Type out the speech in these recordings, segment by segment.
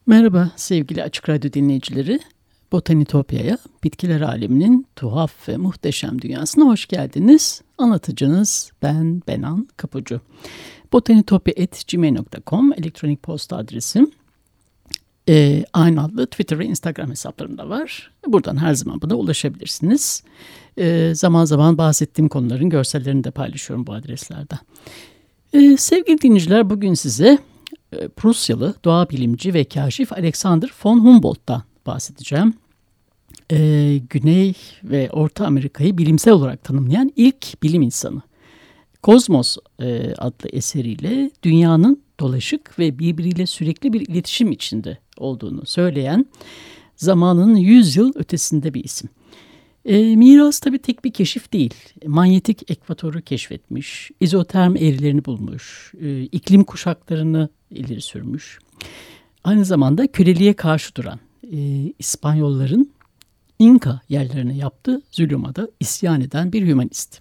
Merhaba sevgili Açık Radyo dinleyicileri. Botanitopya'ya, bitkiler aleminin tuhaf ve muhteşem dünyasına hoş geldiniz. Anlatıcınız ben Benan Kapucu. botanitopya@gmail.com elektronik posta adresim. Aynı adlı Twitter ve Instagram hesaplarım da var. Buradan her zaman bana ulaşabilirsiniz. Zaman zaman bahsettiğim konuların görsellerini de paylaşıyorum bu adreslerden. Sevgili dinleyiciler, bugün size Prusyalı doğa bilimci ve kaşif Alexander von Humboldt'tan bahsedeceğim. Güney ve Orta Amerika'yı bilimsel olarak tanımlayan ilk bilim insanı. Kozmos adlı eseriyle dünyanın dolaşık ve birbiriyle sürekli bir iletişim içinde olduğunu söyleyen zamanın 100 yıl ötesinde bir isim. Miras tabii tek bir keşif değil. Manyetik ekvatoru keşfetmiş, izoterm eğrilerini bulmuş, iklim kuşaklarını ileri sürmüş. Aynı zamanda köleliğe karşı duran İspanyolların İnka yerlerine yaptığı zulüma da isyan eden bir hümanist.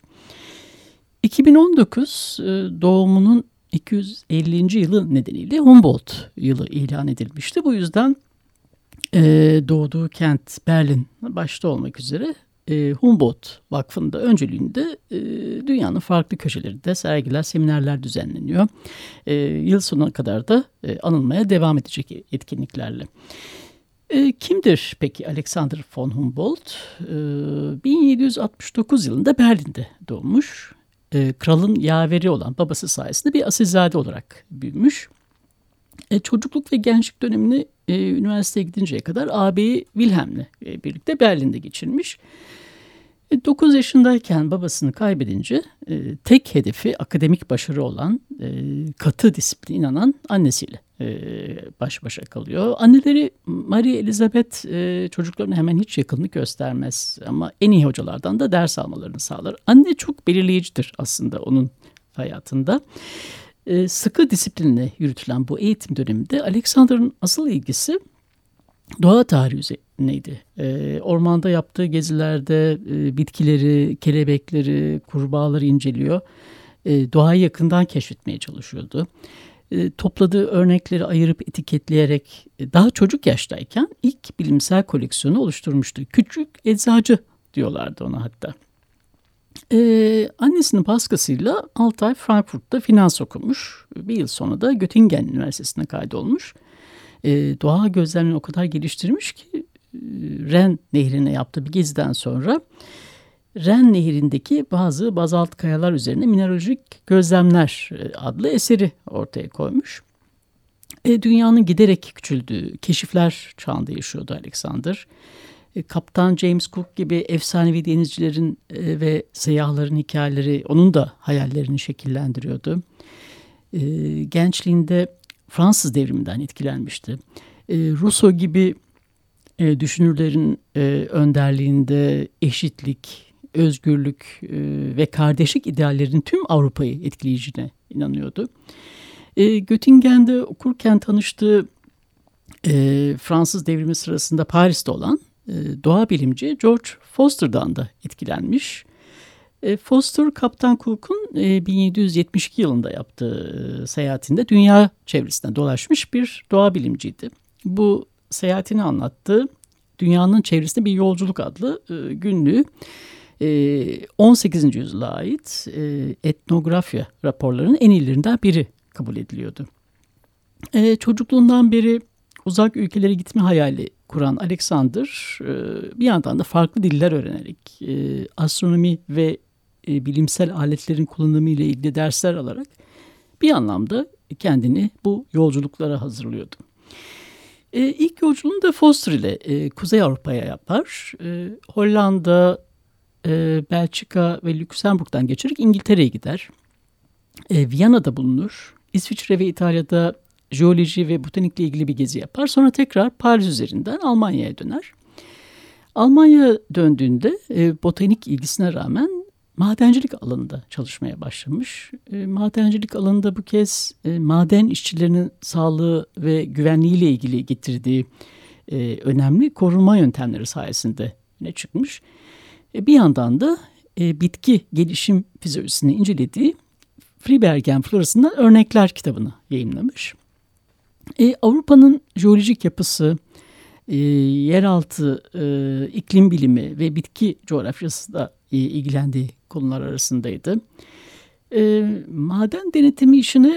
2019 doğumunun 250. yılı nedeniyle Humboldt yılı ilan edilmişti. Bu yüzden doğduğu kent Berlin başta olmak üzere Humboldt Vakfı'nda öncülüğünde dünyanın farklı köşelerinde sergiler, seminerler düzenleniyor. Yıl sonuna kadar da anılmaya devam edecek etkinliklerle. Kimdir peki Alexander von Humboldt? 1769 yılında Berlin'de doğmuş. Kralın yaveri olan babası sayesinde bir asilzade olarak büyümüş. Çocukluk ve gençlik dönemini üniversiteye gidinceye kadar ağabeyi Wilhelm'le birlikte Berlin'de geçirmiş. 9 yaşındayken babasını kaybedince tek hedefi akademik başarı olan, katı disipline inanan annesiyle baş başa kalıyor. Anneleri Marie Elizabeth çocuklarına hemen hiç yakınlık göstermez ama en iyi hocalardan da ders almalarını sağlar. Anne çok belirleyicidir aslında onun hayatında. Sıkı disiplinle yürütülen bu eğitim döneminde Alexander'ın asıl ilgisi doğa tarihi üzerineydi. Ormanda yaptığı gezilerde bitkileri, kelebekleri, kurbağaları inceliyor. Doğayı yakından keşfetmeye çalışıyordu. Topladığı örnekleri ayırıp etiketleyerek daha çocuk yaştayken ilk bilimsel koleksiyonu oluşturmuştu. Küçük eczacı diyorlardı ona hatta. Annesinin baskısıyla 6 ay Frankfurt'ta finans okumuş. Bir yıl sonra da Göttingen Üniversitesi'ne kaydolmuş. Doğa gözlemini o kadar geliştirmiş ki Ren Nehri'ne yaptığı bir geziden sonra Ren Nehri'ndeki bazı bazalt kayalar üzerine mineralojik gözlemler adlı eseri ortaya koymuş. Dünyanın giderek küçüldüğü keşifler çağında yaşıyordu Alexander. Kaptan James Cook gibi efsanevi denizcilerin ve seyyahların hikayeleri onun da hayallerini şekillendiriyordu. Gençliğinde Fransız devriminden etkilenmişti. Rousseau gibi düşünürlerin önderliğinde eşitlik, özgürlük ve kardeşlik ideallerinin tüm Avrupa'yı etkileyeceğine inanıyordu. Göttingen'de okurken tanıştığı Fransız devrimi sırasında Paris'te olan doğa bilimci George Foster'dan da etkilenmiş. Foster, Kaptan Cook'un 1772 yılında yaptığı seyahatinde dünya çevresinde dolaşmış bir doğa bilimciydi. Bu seyahatini anlattığı Dünyanın Çevresinde Bir Yolculuk adlı günlüğü 18. yüzyıla ait etnografya raporlarının en iyilerinden biri kabul ediliyordu. Çocukluğundan beri uzak ülkelere gitme hayali kuran Alexander bir yandan da farklı diller öğrenerek astronomi ve bilimsel aletlerin kullanımı ile ilgili dersler alarak bir anlamda kendini bu yolculuklara hazırlıyordu. İlk yolculuğunu da Foster ile Kuzey Avrupa'ya yapar. Hollanda, Belçika ve Lüksemburg'dan geçerek İngiltere'ye gider. Viyana'da bulunur. İsviçre ve İtalya'da jeoloji ve botanikle ilgili bir gezi yapar. Sonra tekrar Paris üzerinden Almanya'ya döner. Almanya döndüğünde botanik ilgisine rağmen madencilik alanında çalışmaya başlamış. Madencilik alanında bu kez maden işçilerinin sağlığı ve güvenliğiyle ilgili getirdiği önemli korunma yöntemleri sayesinde öne çıkmış. Bir yandan da bitki gelişim fizyolojisini incelediği Fribergen Florası'ndan örnekler kitabını yayımlamış. Avrupa'nın jeolojik yapısı, yeraltı iklim bilimi ve bitki coğrafyası da ilgilendiği konular arasındaydı. Maden denetimi işine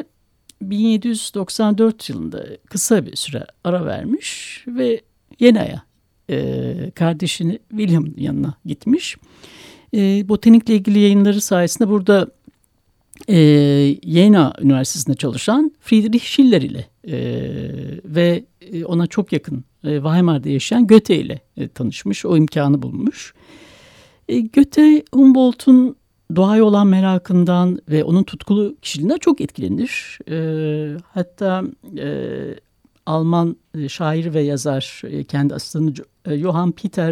1794 yılında kısa bir süre ara vermiş ve Yena'ya kardeşini William yanına gitmiş. Botanikle ilgili yayınları sayesinde burada Jena Üniversitesi'nde çalışan Friedrich Schiller ile ve ona çok yakın Weimar'da yaşayan Goethe ile tanışmış, o imkanı bulmuş. Goethe, Humboldt'un doğaya olan merakından ve onun tutkulu kişiliğinden çok etkilenir. Hatta Alman şair ve yazar kendi asistanı Johann Peter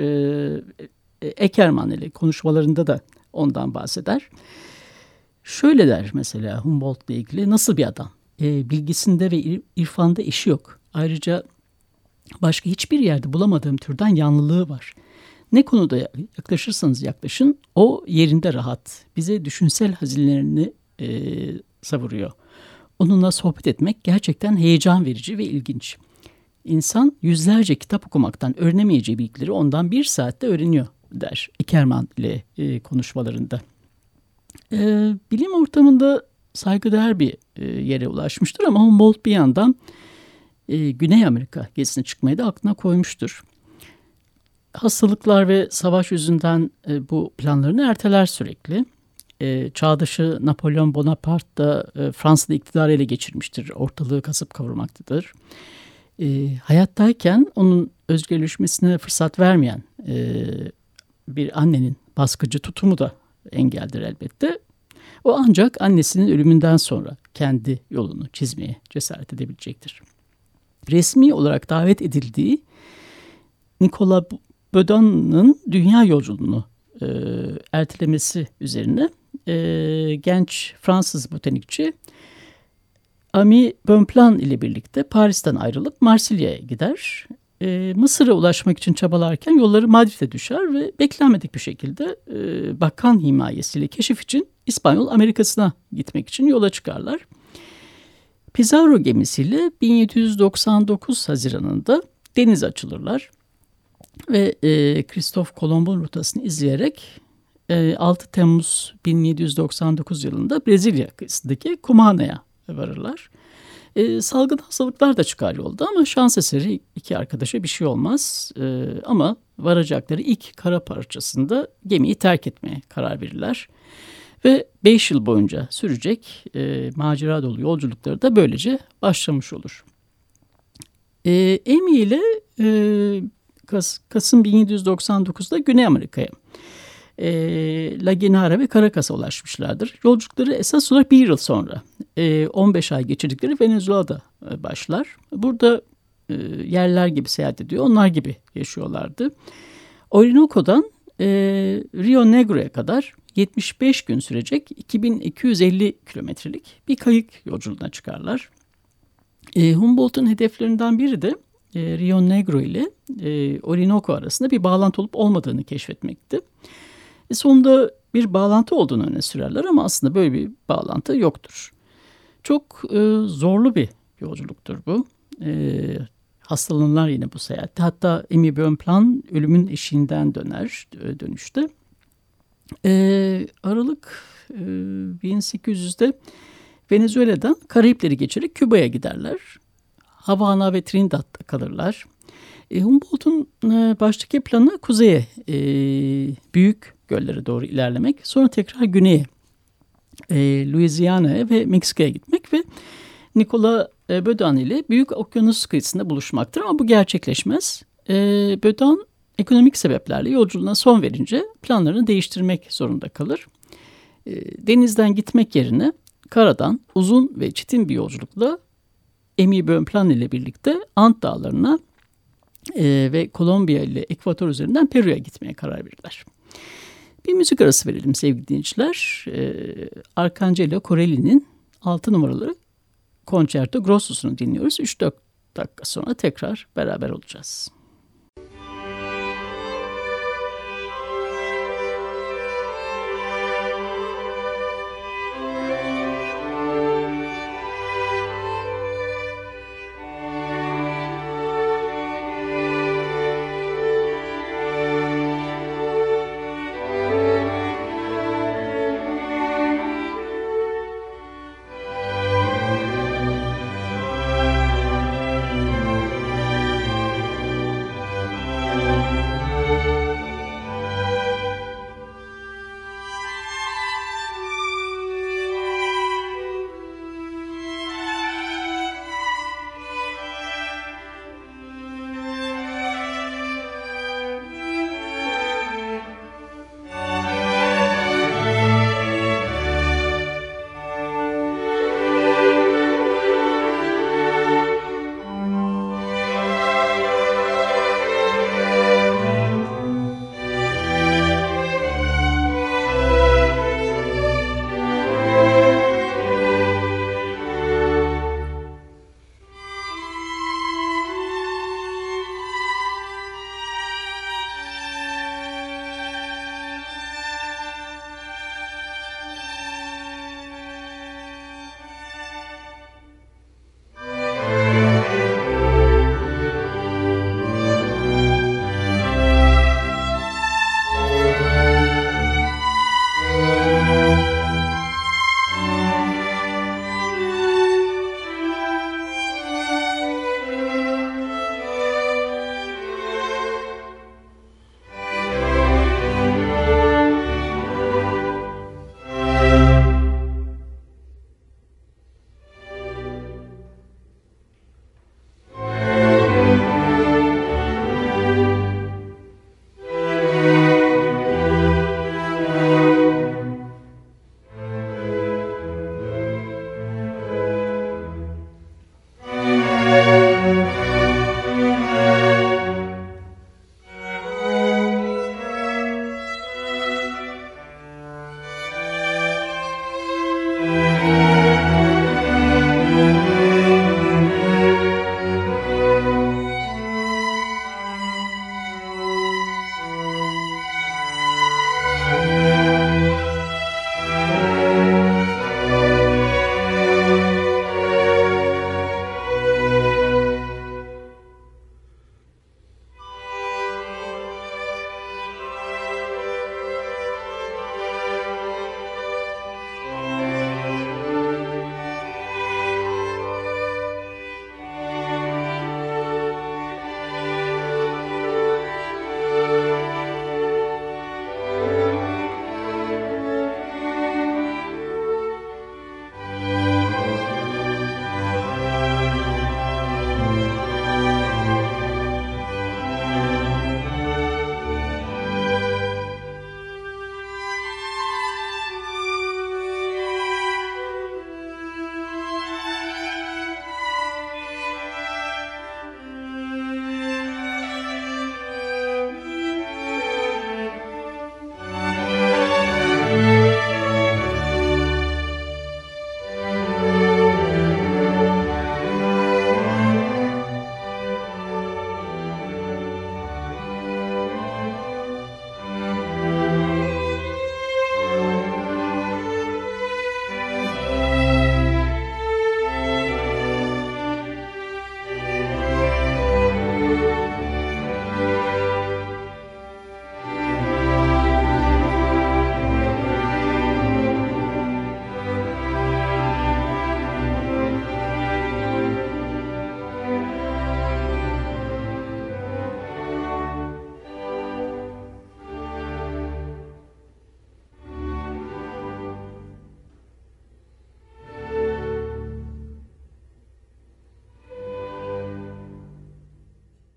Eckermann ile konuşmalarında da ondan bahseder. Şöyle der mesela Humboldt'la ilgili: nasıl bir adam? Bilgisinde ve irfanda eşi yok. Ayrıca başka hiçbir yerde bulamadığım türden yanlılığı var. Ne konuda yaklaşırsanız yaklaşın o yerinde rahat. Bize düşünsel hazinelerini savuruyor. Onunla sohbet etmek gerçekten heyecan verici ve ilginç. İnsan yüzlerce kitap okumaktan öğrenemeyeceği bilgileri ondan bir saatte öğreniyor der Eckermann ile konuşmalarında. Bilim ortamında saygıdeğer bir yere ulaşmıştır ama Humboldt bir yandan Güney Amerika gezisine çıkmayı da aklına koymuştur. Hastalıklar ve savaş yüzünden bu planlarını erteler sürekli. Çağdaşı Napolyon Bonaparte da Fransa'da iktidarı ele geçirmiştir. Ortalığı kasıp kavurmaktadır. Hayattayken onun özgürleşmesine fırsat vermeyen bir annenin baskıcı tutumu da engeldir elbette. O ancak annesinin ölümünden sonra kendi yolunu çizmeye cesaret edebilecektir. Resmi olarak davet edildiği Nicolas Baudon'un dünya yolculuğunu ertelemesi üzerine genç Fransız botanikçi Ami Bonpland ile birlikte Paris'ten ayrılıp Marsilya'ya gider. Mısır'a ulaşmak için çabalarken yolları Madrid'e düşer ve beklenmedik bir şekilde bakan himayesiyle keşif için İspanyol Amerika'sına gitmek için yola çıkarlar. Pizarro gemisiyle 1799 Haziran'ında denize açılırlar ve Kristof Kolomb'un rotasını izleyerek 6 Temmuz 1799 yılında Brezilya kıyısındaki Cumana'ya varırlar. Salgın hastalıklar da çıkar yolda ama şans eseri iki arkadaşa bir şey olmaz. Ama varacakları ilk kara parçasında gemiyi terk etmeye karar verirler. Ve 5 yıl boyunca sürecek macera dolu yolculukları da böylece başlamış olur. Amy ile Kasım 1799'da Güney Amerika'ya, La Guinara ve Caracas'a ulaşmışlardır. Yolculukları esas olarak bir yıl sonra 15 ay geçirdikleri Venezuela'da başlar. Burada yerler gibi seyahat ediyor, onlar gibi yaşıyorlardı. Orinoco'dan Rio Negro'ya kadar 75 gün sürecek 2250 kilometrelik bir kayık yolculuğuna çıkarlar. Humboldt'un hedeflerinden biri de Rio Negro ile Orinoco arasında bir bağlantı olup olmadığını keşfetmekti. Sonunda bir bağlantı olduğunu öne sürerler ama aslında böyle bir bağlantı yoktur. Çok zorlu bir yolculuktur bu. Hastalanırlar yine bu seyahatte. Hatta Amy Bonpland ölümün eşiğinden döner dönüşte. Aralık 1800'de Venezuela'dan Karayipleri geçerek Küba'ya giderler. Havana ve Trinidad'da kalırlar. Humboldt'un baştaki planı kuzeye, büyük göllere doğru ilerlemek. Sonra tekrar güneye, Louisiana'ya ve Meksika'ya gitmek ve Nicolas Baudon ile Büyük Okyanus kıyısında buluşmaktır. Ama bu gerçekleşmez. Baudon ekonomik sebeplerle yolculuğuna son verince planlarını değiştirmek zorunda kalır. Denizden gitmek yerine karadan uzun ve çetin bir yolculukla Amy Bonpland ile birlikte Ant Dağları'na ve Kolombiya ile Ekvator üzerinden Peru'ya gitmeye karar verirler. Bir müzik arası verelim sevgili dinleyiciler. Arcangelo Corelli'nin 6 numaralı Concerto Grosso'sunu dinliyoruz. 3-4 dakika sonra tekrar beraber olacağız.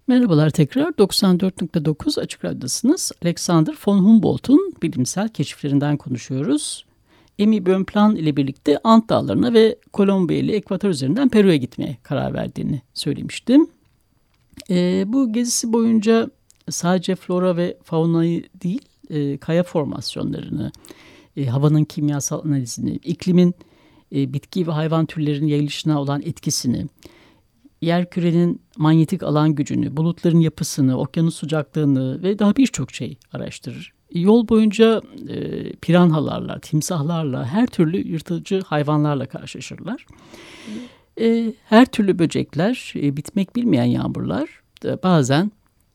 Merhabalar tekrar 94.9 Açık Radyo'dasınız. Alexander von Humboldt'un bilimsel keşiflerinden konuşuyoruz. Emmy Bonpland ile birlikte Ant Dağları'na ve Kolombiya ile Ekvator üzerinden Peru'ya gitmeye karar verdiğini söylemiştim. Bu gezisi boyunca sadece flora ve faunayı değil, kaya formasyonlarını, havanın kimyasal analizini, iklimin bitki ve hayvan türlerinin yayılışına olan etkisini, yerkürenin manyetik alan gücünü, bulutların yapısını, okyanus sıcaklığını ve daha birçok şey araştırır. Yol boyunca piranhalarla, timsahlarla, her türlü yırtıcı hayvanlarla karşılaşırlar. Her türlü böcekler, bitmek bilmeyen yağmurlar bazen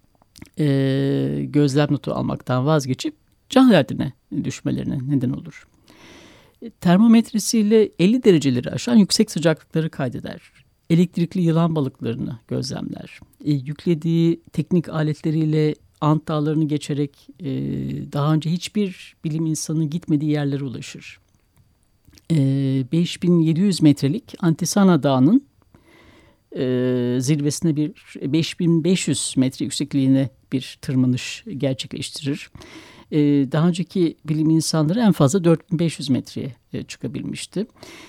gözlem notu almaktan vazgeçip can derdine düşmelerine neden olur. Termometresiyle 50 dereceleri aşan yüksek sıcaklıkları kaydeder. Elektrikli yılan balıklarını gözlemler. Yüklediği teknik aletleriyle Ant Dağları'nı geçerek daha önce hiçbir bilim insanı gitmediği yerlere ulaşır. 5700 metrelik Antisana Dağı'nın zirvesine 5500 metre yüksekliğine bir tırmanış gerçekleştirir. Daha önceki bilim insanları en fazla 4500 metreye çıkabilmişti.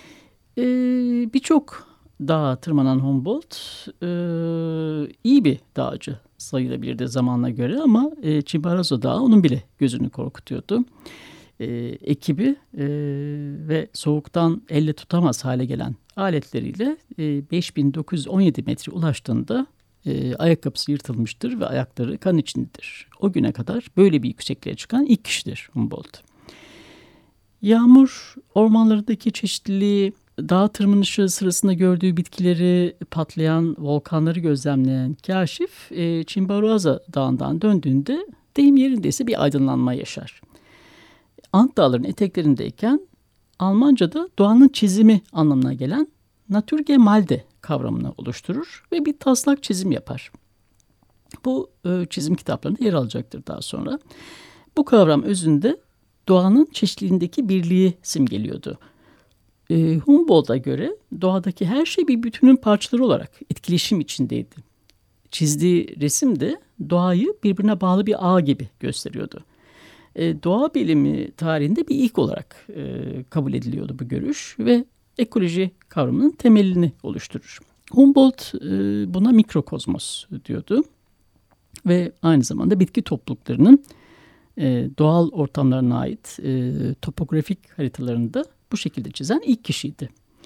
Birçok dağa tırmanan Humboldt iyi bir dağcı sayılabilirdi zamanla göre ama Chimborazo Dağı onun bile gözünü korkutuyordu. Ekibi ve soğuktan elle tutamaz hale gelen aletleriyle 5917 metre ulaştığında ayakkabısı yırtılmıştır ve ayakları kan içindedir. O güne kadar böyle bir yüksekliğe çıkan ilk kişidir Humboldt. Yağmur ormanlarındaki çeşitliliği, dağ tırmanışı sırasında gördüğü bitkileri, patlayan volkanları gözlemleyen kaşif Chimborazo Dağı'ndan döndüğünde deyim yerindeyse bir aydınlanma yaşar. Ant Dağları'nın eteklerindeyken Almanca'da doğanın çizimi anlamına gelen Naturgemalde kavramını oluşturur ve bir taslak çizim yapar. Bu çizim kitaplarında yer alacaktır daha sonra. Bu kavram özünde doğanın çeşitliliğindeki birliği simgeliyordu. Humboldt'a göre doğadaki her şey bir bütünün parçaları olarak etkileşim içindeydi. Çizdiği resim de doğayı birbirine bağlı bir ağ gibi gösteriyordu. Doğa bilimi tarihinde bir ilk olarak kabul ediliyordu bu görüş ve ekoloji kavramının temelini oluşturur. Humboldt buna mikrokozmos diyordu ve aynı zamanda bitki topluluklarının doğal ortamlarına ait topografik haritalarını da bu şekilde çizen ilk kişiydi.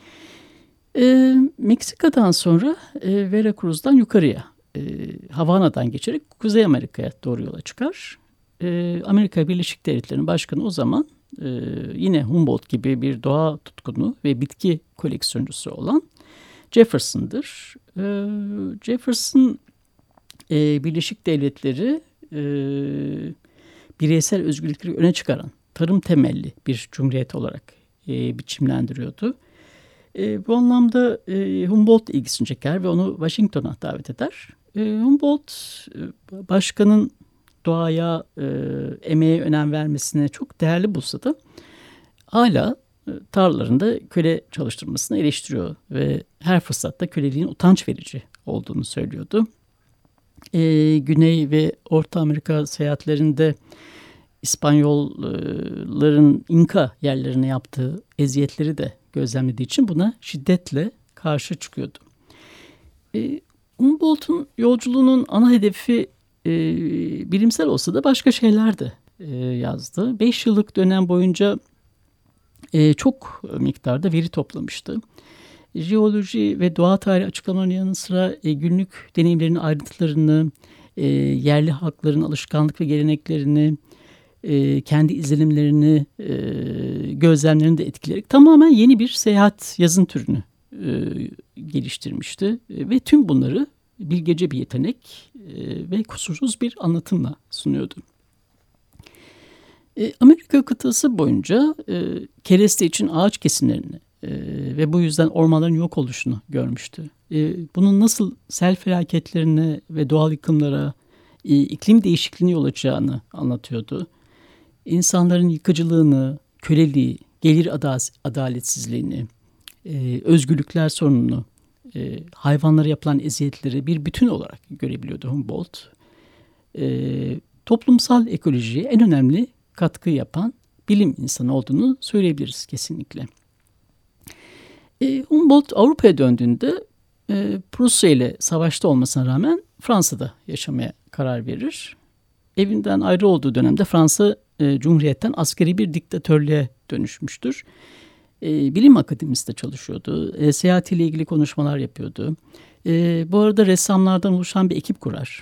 Meksika'dan sonra Veracruz'dan yukarıya, Havana'dan geçerek Kuzey Amerika'ya doğru yola çıkar. Amerika Birleşik Devletleri'nin başkanı o zaman yine Humboldt gibi bir doğa tutkunu ve bitki koleksiyoncusu olan Jefferson'dır. Jefferson Birleşik Devletleri bireysel özgürlükleri öne çıkaran tarım temelli bir cumhuriyet olarak biçimlendiriyordu. Bu anlamda Humboldt ilgisini çeker ve onu Washington'a davet eder. Humboldt başkanın doğaya, emeğe önem vermesine çok değerli bulsa da hala tarlalarında köle çalıştırmasını eleştiriyor ve her fırsatta köleliğin utanç verici olduğunu söylüyordu. Güney ve Orta Amerika seyahatlerinde İspanyolların İnka yerlerine yaptığı eziyetleri de gözlemlediği için buna şiddetle karşı çıkıyordu. Humboldt'un yolculuğunun ana hedefi bilimsel olsa da başka şeyler de yazdı. 5 yıllık dönem boyunca çok miktarda veri toplamıştı. Jeoloji ve doğa tarihi açıklamalarının yanı sıra günlük deneyimlerin ayrıntılarını, yerli halkların alışkanlık ve geleneklerini, kendi izlenimlerini, gözlemlerini de etkileyerek tamamen yeni bir seyahat yazın türünü geliştirmişti. Ve tüm bunları bilgece bir yetenek ve kusursuz bir anlatımla sunuyordu. Amerika kıtası boyunca kereste için ağaç kesimlerini ve bu yüzden ormanların yok oluşunu görmüştü. Bunun nasıl sel felaketlerine ve doğal yıkımlara, iklim değişikliğine yol açacağını anlatıyordu. İnsanların yıkıcılığını, köleliği, gelir adaletsizliğini, özgürlükler sorununu hayvanlara yapılan eziyetleri bir bütün olarak görebiliyordu Humboldt. Toplumsal ekolojiye en önemli katkı yapan bilim insanı olduğunu söyleyebiliriz kesinlikle. Humboldt Avrupa'ya döndüğünde Prusya ile savaşta olmasına rağmen Fransa'da yaşamaya karar verir. Evinden ayrı olduğu dönemde Fransa Cumhuriyet'ten askeri bir diktatörlüğe dönüşmüştür. Bilim akademisinde çalışıyordu. Seyahatiyle ilgili konuşmalar yapıyordu. Bu arada ressamlardan oluşan bir ekip kurar.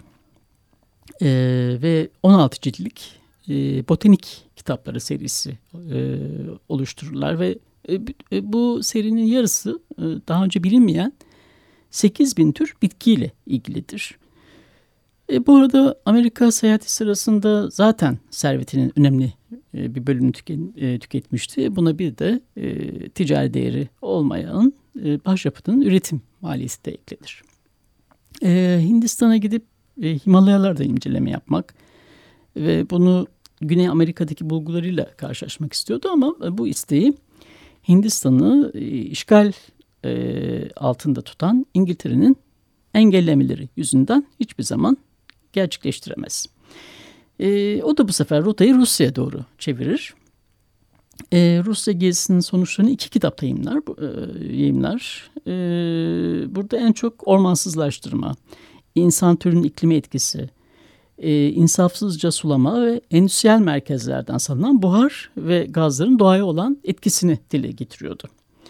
Ve 16 ciltlik botanik kitapları serisi oluştururlar ve bu serinin yarısı daha önce bilinmeyen 8.000 tür bitkiyle ilgilidir. Bu arada Amerika seyahati sırasında zaten servetinin önemli bir bölümünü tüketmişti. Buna bir de ticari değeri olmayan başyapıtın üretim maliyeti de eklenir. Hindistan'a gidip Himalayalarda inceleme yapmak ve bunu Güney Amerika'daki bulgularıyla karşılaşmak istiyordu ama bu isteği Hindistan'ı işgal altında tutan İngiltere'nin engellemeleri yüzünden hiçbir zaman gerçekleştiremez. O da bu sefer rotayı Rusya'ya doğru çevirir. Rusya gezisinin sonuçlarını 2 kitapta yayımlar. Burada en çok ormansızlaştırma, insan türünün iklime etkisi, insafsızca sulama ve endüstriyel merkezlerden salınan buhar ve gazların doğaya olan etkisini dile getiriyordu.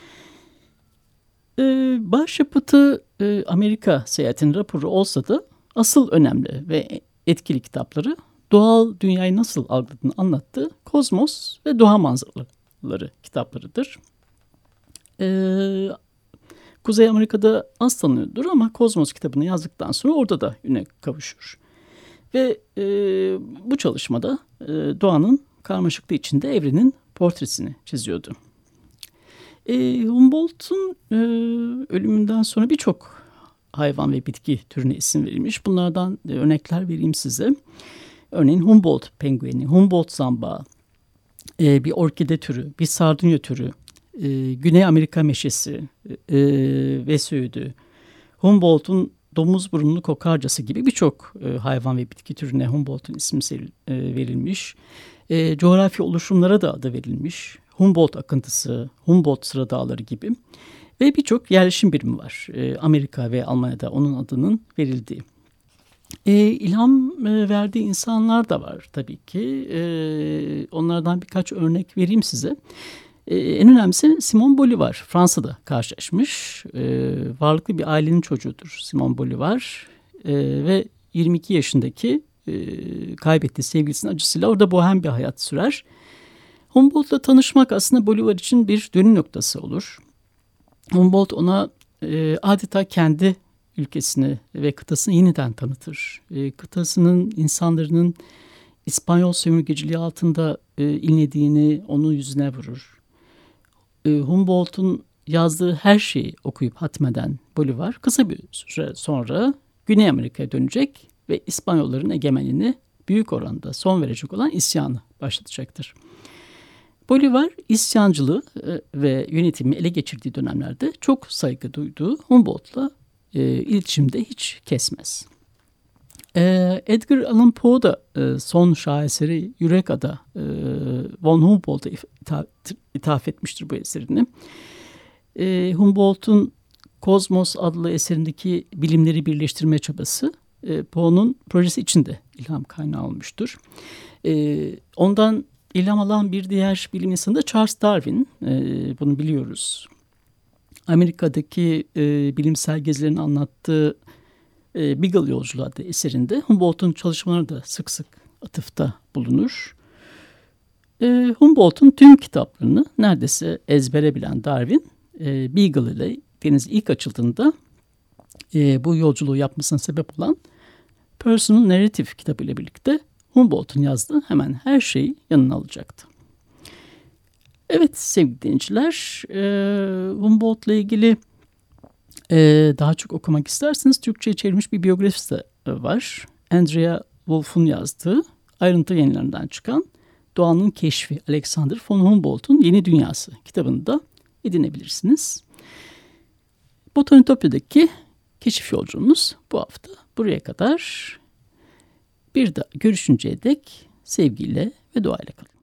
Başyapıtı Amerika seyahatinin raporu olsa da asıl önemli ve etkili kitapları doğal dünyayı nasıl algıladığını anlattığı Kozmos ve Doğa Manzaraları kitaplarıdır. Kuzey Amerika'da az tanınıyordur ama Kozmos kitabını yazdıktan sonra orada da üne kavuşur. Ve bu çalışmada doğanın karmaşıklığı içinde evrenin portresini çiziyordu. Humboldt'un ölümünden sonra birçok hayvan ve bitki türüne isim verilmiş. Bunlardan örnekler vereyim size. Örneğin Humboldt pengueni, Humboldt zambağı, bir orkide türü, bir sardunya türü, Güney Amerika meşesi ve söğüdü, Humboldt'un domuz burunlu kokarcası gibi birçok hayvan ve bitki türüne Humboldt'un ismi verilmiş. Coğrafi oluşumlara da adı verilmiş. Humboldt akıntısı, Humboldt sıra dağları gibi ve birçok yerleşim birimi var. Amerika ve Almanya'da onun adının verildiği. İlham verdiği insanlar da var tabii ki. Onlardan birkaç örnek vereyim size. En önemlisi Simon Bolivar. Fransa'da karşılaşmış. Varlıklı bir ailenin çocuğudur Simon Bolivar. Ve 22 yaşındaki kaybettiği sevgilisinin acısıyla orada bohem bir hayat sürer. Humboldt'la tanışmak aslında Bolivar için bir dönüm noktası olur. Humboldt ona adeta kendi ülkesini ve kıtasını yeniden tanıtır. Kıtasının insanların İspanyol sömürgeciliği altında inlediğini onun yüzüne vurur. Humboldt'un yazdığı her şeyi okuyup hatmeden Bolivar kısa bir süre sonra Güney Amerika'ya dönecek ve İspanyolların egemenliğini büyük oranda son verecek olan isyanı başlatacaktır. Bolivar isyancılığı ve yönetimi ele geçirdiği dönemlerde çok saygı duyduğu Humboldt'la iletişimde hiç kesmez. Edgar Allan Poe da son şaheseri Yürek Ada von Humboldt'a ithaf etmiştir bu eserini. Humboldt'un Kozmos adlı eserindeki bilimleri birleştirme çabası Poe'nun projesi içinde ilham kaynağı olmuştur. Ondan ilham alan bir diğer bilim insanı da Charles Darwin. Bunu biliyoruz. Amerika'daki bilimsel gezilerini anlattığı Beagle Yolculuğu adlı eserinde Humboldt'un çalışmaları da sık sık atıfta bulunur. Humboldt'un tüm kitaplarını neredeyse ezbere bilen Darwin, Beagle ile deniz ilk açıldığında bu yolculuğu yapmasına sebep olan Personal Narrative kitabı ile birlikte Humboldt'un yazdığı hemen her şeyi yanına alacaktı. Evet sevgili dinleyiciler, Humboldt'la ilgili daha çok okumak isterseniz Türkçe'ye çevrilmiş bir biyografisi de var. Andrea Wolff'un yazdığı ayrıntı yayınlarından çıkan Doğanın Keşfi Alexander von Humboldt'un Yeni Dünyası kitabını da edinebilirsiniz. Botanitopya'daki keşif yolculuğumuz bu hafta buraya kadar. Bir de görüşünceye dek sevgiyle ve duayla kalın.